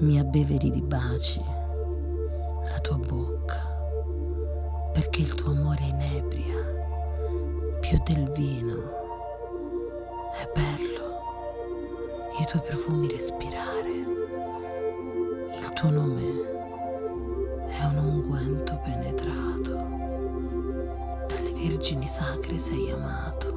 mi abbeveri di baci la tua bocca, perché il tuo amore inebria più del vino. È bello i tuoi profumi respirare, il tuo nome è un unguento penetrato, dalle vergini sacre sei amato.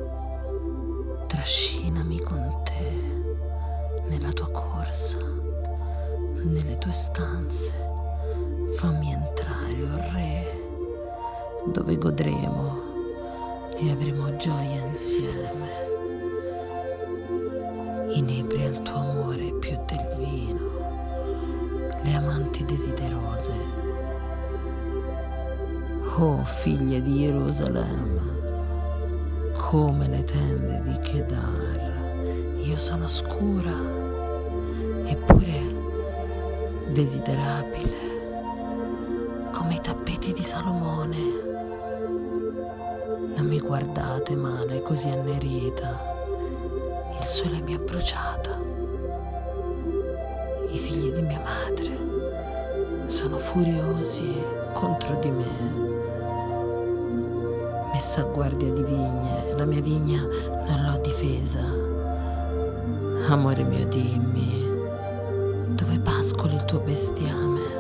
Trascinami con te nella tua corsa, nelle tue stanze, fammi entrare, o re, dove godremo e avremo gioia insieme. Inebria il tuo amore più del vino, le amanti desiderose. Oh figlie di Gerusalemme, come le tende di Kedar, io sono scura, eppure desiderabile, come i tappeti di Salomone. Non mi guardate male, così annerita, il sole mi ha bruciata. I figli di mia madre sono furiosi contro di me. Messa a guardia di vigne, la mia vigna non l'ho difesa. Amore mio, dimmi, dove pascoli il tuo bestiame?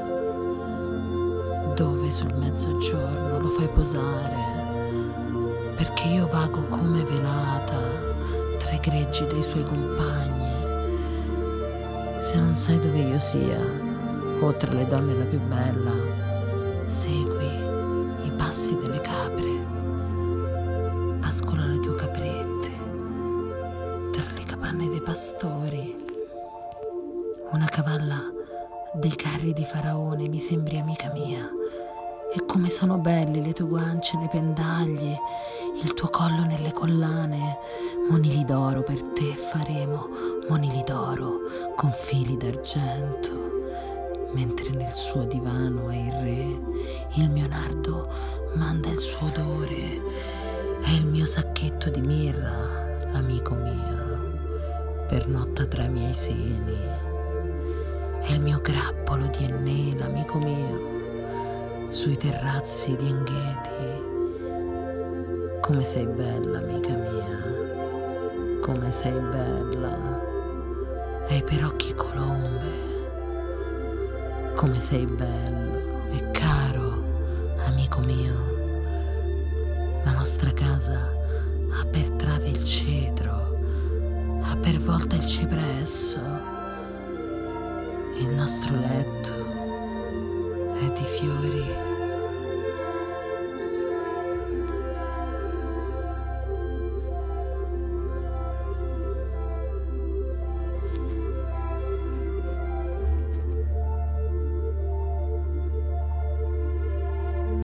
Dove sul mezzogiorno lo fai posare? Perché io vago come velata tra i greggi dei suoi compagni. Se non sai dove io sia, o tra le donne la più bella, segui i passi delle capre. Pascola le tue caprette tra le capanne dei pastori. Una cavalla dei carri di Faraone mi sembri amica mia. E come sono belli le tue guance nei pendagli, il tuo collo nelle collane. Monili d'oro per te faremo, monili d'oro con fili d'argento. Mentre nel suo divano è il re, il mio nardo manda il suo odore. È il mio sacchetto di mirra, l'amico mio, pernotta tra i miei seni. È il mio grappolo di Ennè, l'amico mio, sui terrazzi di Enghedi. Come sei bella, amica mia, come sei bella. Hai per occhi colombe. Come sei bello e caro, amico mio. La nostra casa ha per trave il cedro, ha per volta il cipresso. Il nostro letto è di fiori